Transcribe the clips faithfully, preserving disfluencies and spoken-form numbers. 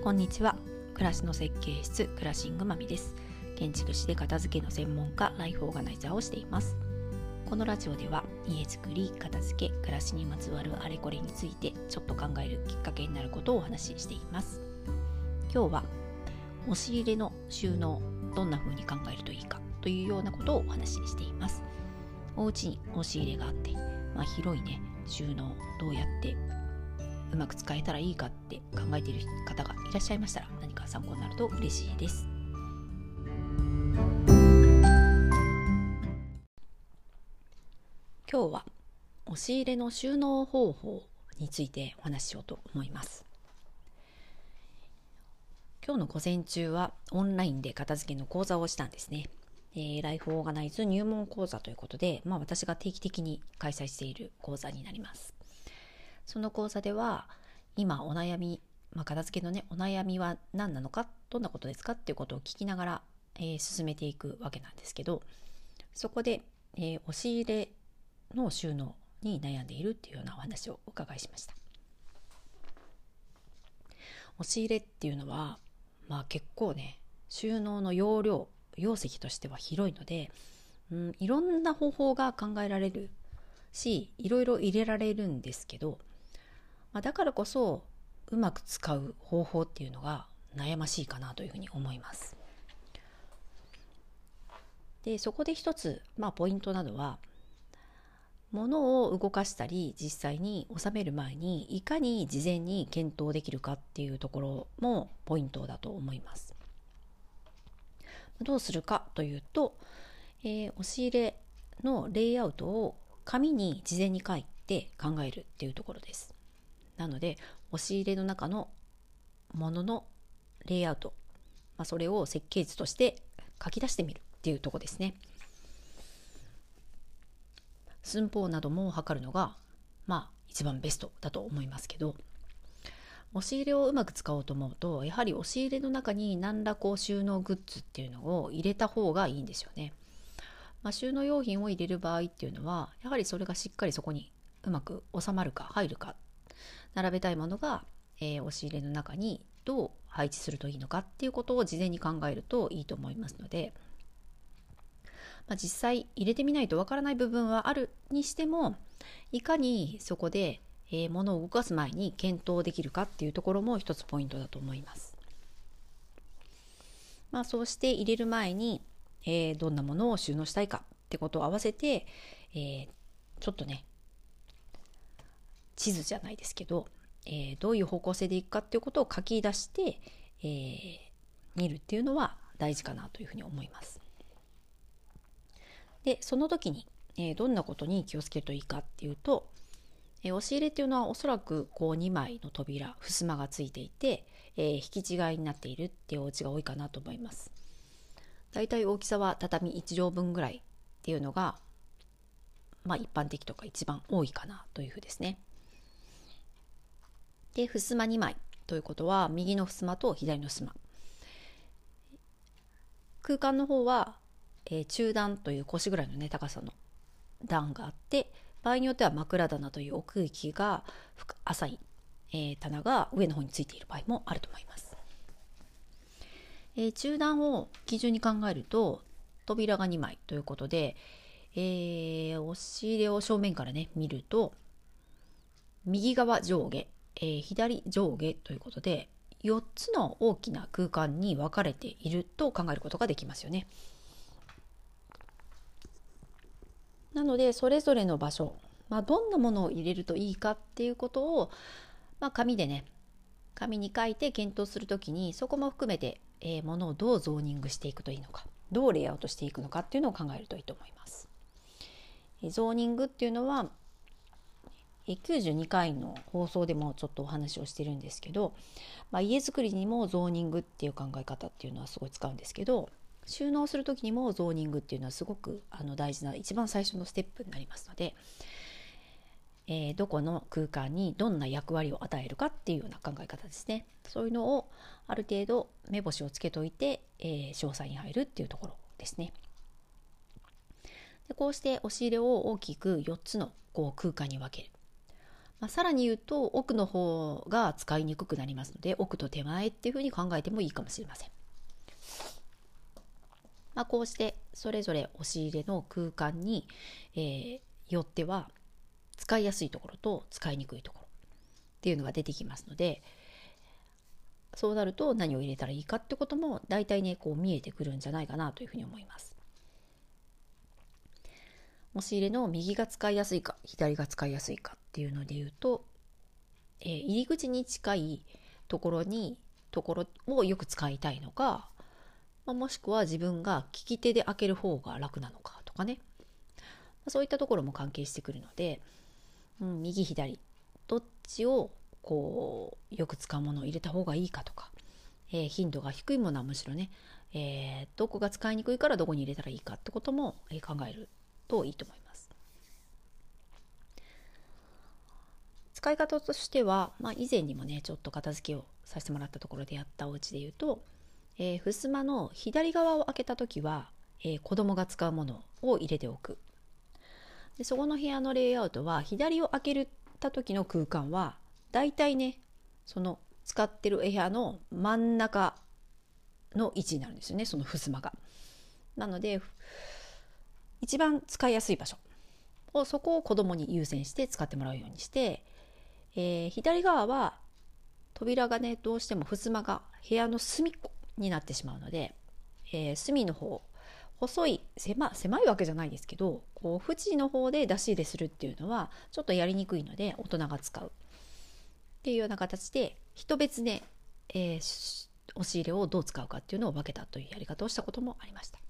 こんにちは。暮らしの設計室クラシングマミです。建築士で片付けの専門家、ライフオーガナイザーをしています。このラジオでは家づくり、片付け、暮らしにまつわるあれこれについてちょっと考えるきっかけになることをお話ししています。今日は押し入れの収納、どんな風に考えるといいかというようなことをお話ししています。お家に押し入れがあって、まあ、広いね収納どうやってうまく使えたらいいかって考えている方がいらっしゃいましたら、何か参考になると嬉しいです。今日は押し入れの収納方法についてお話ししようと思います。今日の午前中はオンラインで片付けの講座をしたんですね。えー、ライフオーガナイズ入門講座ということで、まあ、私が定期的に開催している講座になります。その講座では今お悩み、まあ、片付けのねお悩みは何なのか、どんなことですかっていうことを聞きながら、えー、進めていくわけなんですけど、そこで、えー、押し入れの収納に悩んでいるっていうようなお話をお伺いしました。押し入れっていうのは、まあ、結構ね収納の容量容積としては広いので、うん、いろんな方法が考えられるし、いろいろ入れられるんですけど、まあ、だからこそうまく使う方法っていうのが悩ましいかなというふうに思います。でそこで一つ、まあ、ポイントなのは、物を動かしたり実際に収める前にいかに事前に検討できるかっていうところもポイントだと思います。どうするかというと、えー、押し入れのレイアウトを紙に事前に書いて考えるっていうところです。なので押し入れの中のもののレイアウト、まあ、それを設計図として書き出してみるっていうところですね。寸法なども測るのがまあ一番ベストだと思いますけど、押し入れをうまく使おうと思うと、やはり押し入れの中に何らこう収納グッズっていうのを入れた方がいいんですよね。まあ、収納用品を入れる場合っていうのは、やはりそれがしっかりそこにうまく収まるか入るか、並べたいものが、えー、押し入れの中にどう配置するといいのかっていうことを事前に考えるといいと思いますので、まあ、実際入れてみないとわからない部分はあるにしても、いかにそこで、えー、物を動かす前に検討できるかっていうところも一つポイントだと思います。まあ、そうして入れる前に、えー、どんなものを収納したいかってことを合わせて、えー、ちょっとね地図じゃないですけど、えー、どういう方向性でいくかっていうことを書き出して、えー、見るっていうのは大事かなというふうに思います。でその時に、えー、どんなことに気をつけるといいかっていうと、えー、押し入れっていうのはおそらくこうにまいの扉、襖がついていて、えー、引き違いになっているっていうお家が多いかなと思います。だいたい大きさは畳いち畳分ぐらいっていうのが、まあ、一般的とか一番多いかなというふうですね。で襖にまいということは、右の襖と左の襖、空間の方は、えー、中段という腰ぐらいの、ね、高さの段があって、場合によっては枕棚という奥行きが浅い、えー、棚が上の方についている場合もあると思います。えー、中段を基準に考えると扉がにまいということで、えー、押し入れを正面からね見ると、右側上下、えー、左上下ということでよっつの大きな空間に分かれていると考えることができますよね。なのでそれぞれの場所、まあ、どんなものを入れるといいかっていうことを、まあ、紙でね紙に書いて検討するときに、そこも含めて、えー、ものをどうゾーニングしていくといいのか、どうレイアウトしていくのかっていうのを考えるといいと思います。ゾーニングっていうのはきゅうじゅうにかいの放送でもちょっとお話をしてるんですけど、まあ、家づくりにもゾーニングっていう考え方っていうのはすごい使うんですけど、収納する時にもゾーニングっていうのはすごくあの大事な一番最初のステップになりますので、えー、どこの空間にどんな役割を与えるかっていうような考え方ですね。そういうのをある程度目星をつけといて、えー、詳細に入るっていうところですね。でこうして押し入れを大きくよっつのこう空間に分ける。 まあ、さらに言うと奥の方が使いにくくなりますので、奥と手前っていうふうに考えてもいいかもしれません。まあ、こうしてそれぞれ押し入れの空間に、えー、よっては使いやすいところと使いにくいところっていうのが出てきますので、そうなると何を入れたらいいかってことも大体ねこう見えてくるんじゃないかなというふうに思います。押し入れの右が使いやすいか左が使いやすいかっていうので言うと、えー、入り口に近いところにところをよく使いたいのか、まあ、もしくは自分が利き手で開ける方が楽なのかとかね、そういったところも関係してくるので、うん、右左どっちをこうよく使うものを入れた方がいいかとか、えー、頻度が低いものはむしろね、えー、どこが使いにくいからどこに入れたらいいかってことも考えるといいと思います。使い方としては、まあ、以前にもねちょっと片付けをさせてもらったところでやったお家で言うと、えー、襖の左側を開けた時は、えー、子供が使うものを入れておく。でそこの部屋のレイアウトは左を開けた時の空間はだいたいねその使ってる部屋の真ん中の位置になるんですよね、その襖が。なので一番使いやすい場所をそこを子供に優先して使ってもらうようにして、えー、左側は扉がねどうしても襖が部屋の隅っこになってしまうので、えー、隅の方細い 狭, 狭いわけじゃないですけど、こう縁の方で出し入れするっていうのはちょっとやりにくいので大人が使うっていうような形で人別で、えー、押し入れをどう使うかっていうのを分けたというやり方をしたこともありました。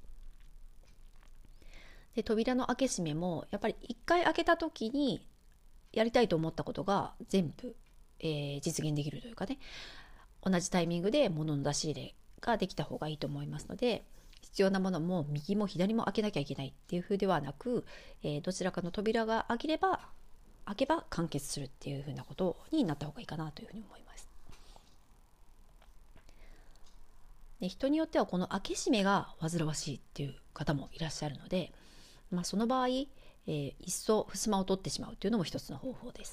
で扉の開け閉めもやっぱり一回開けた時にやりたいと思ったことが全部、えー、実現できるというかね、同じタイミングで物の出し入れができた方がいいと思いますので、必要なものも右も左も開けなきゃいけないっていう風ではなく、えー、どちらかの扉が開ければ開けば完結するっていう風なことになった方がいいかなというふうに思います。で人によってはこの開け閉めが煩わしいっていう方もいらっしゃるので、まあ、その場合、えー、いっそ襖を取ってしまうというのも一つの方法です。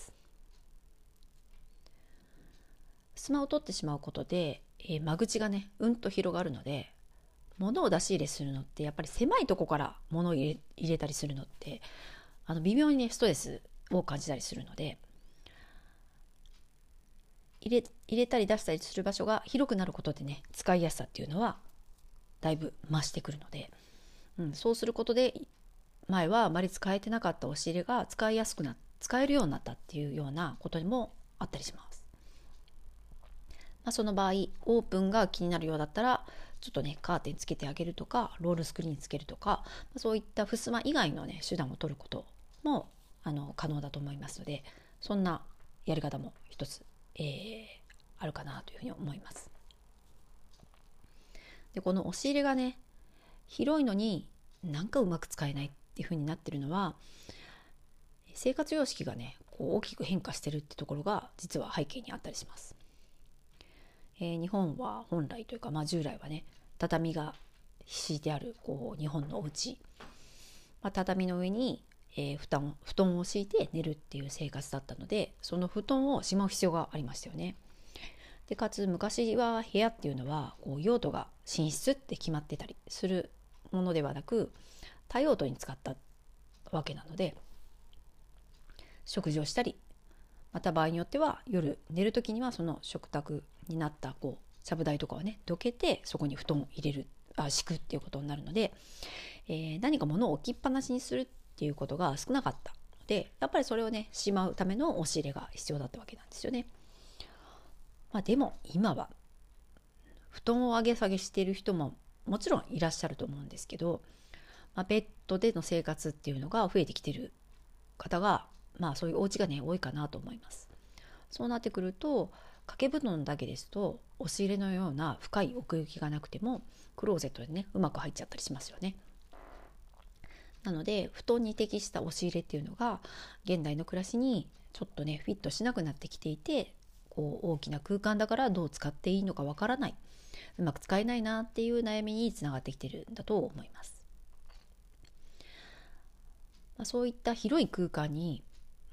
襖を取ってしまうことで、えー、間口がねうんと広がるので、物を出し入れするのってやっぱり狭いとこから物を入れ、入れたりするのってあの微妙にねストレスを感じたりするので、入れ、入れたり出したりする場所が広くなることでね使いやすさっていうのはだいぶ増してくるので、うん、そうすることで前はあまり使えてなかった押し入れが使いやすくな使えるようになったっていうようなことにもあったりします。まあ、その場合オープンが気になるようだったらちょっとねカーテンつけてあげるとかロールスクリーンつけるとか、そういった襖以外のね手段を取ることもあの可能だと思いますので、そんなやり方も一つ、えー、あるかなというふうに思います。でこの押し入れがね広いのになんかうまく使えないっていうふうになってるのは、生活様式がねこう大きく変化してるってところが実は背景にあったりします。えー、日本は本来というか、まあ、従来はね畳が敷いてあるこう日本のお家、まあ、畳の上に、えー、布団、布団を敷いて寝るっていう生活だったので、その布団をしまう必要がありましたよね。でかつ昔は部屋っていうのはこう用途が寝室って決まってたりするものではなく多用途に使ったわけなので、食事をしたり、また場合によっては夜寝る時にはその食卓になったこうちゃぶ台とかをねどけてそこに布団を入れるあ敷くっていうことになるので、えー、何か物を置きっぱなしにするっていうことが少なかったので、やっぱりそれをねしまうための押し入れが必要だったわけなんですよね。まあ、でも今は布団を上げ下げしている人ももちろんいらっしゃると思うんですけど、まあ、ベッドでの生活っていうのが増えてきている方が、まあそういうお家がね多いかなと思います。そうなってくると掛け布団だけですと押し入れのような深い奥行きがなくてもクローゼットでねうまく入っちゃったりしますよね。なので布団に適した押し入れっていうのが現代の暮らしにちょっとねフィットしなくなってきていて、こう大きな空間だからどう使っていいのかわからない、うまく使えないなっていう悩みにつながってきてるんだと思います。まあ、そういった広い空間に、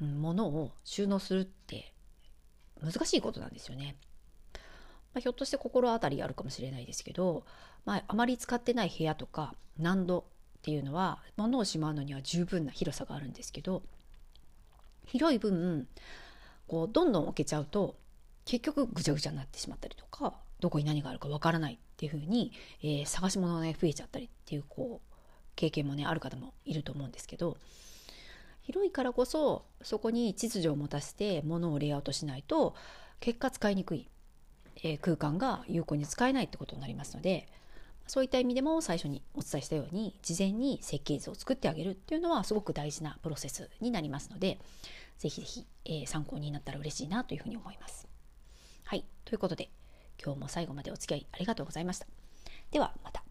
うん、物を収納するって難しいことなんですよね。まあ、ひょっとして心当たりあるかもしれないですけど、まあ、あまり使ってない部屋とか難度っていうのは物をしまうのには十分な広さがあるんですけど、広い分こうどんどん置けちゃうと結局ぐちゃぐちゃになってしまったりとか、どこに何があるかわからないっていう風に、えー、探し物がね増えちゃったりっていうこう経験もねある方もいると思うんですけど、広いからこそそこに秩序を持たせて物をレイアウトしないと結果使いにくい、えー空間が有効に使えないってことになりますので、そういった意味でも最初にお伝えしたように事前に設計図を作ってあげるっていうのはすごく大事なプロセスになりますので、ぜひぜひ、えー参考になったら嬉しいなというふうに思います。はい、ということで今日も最後までお付き合いありがとうございました。ではまた。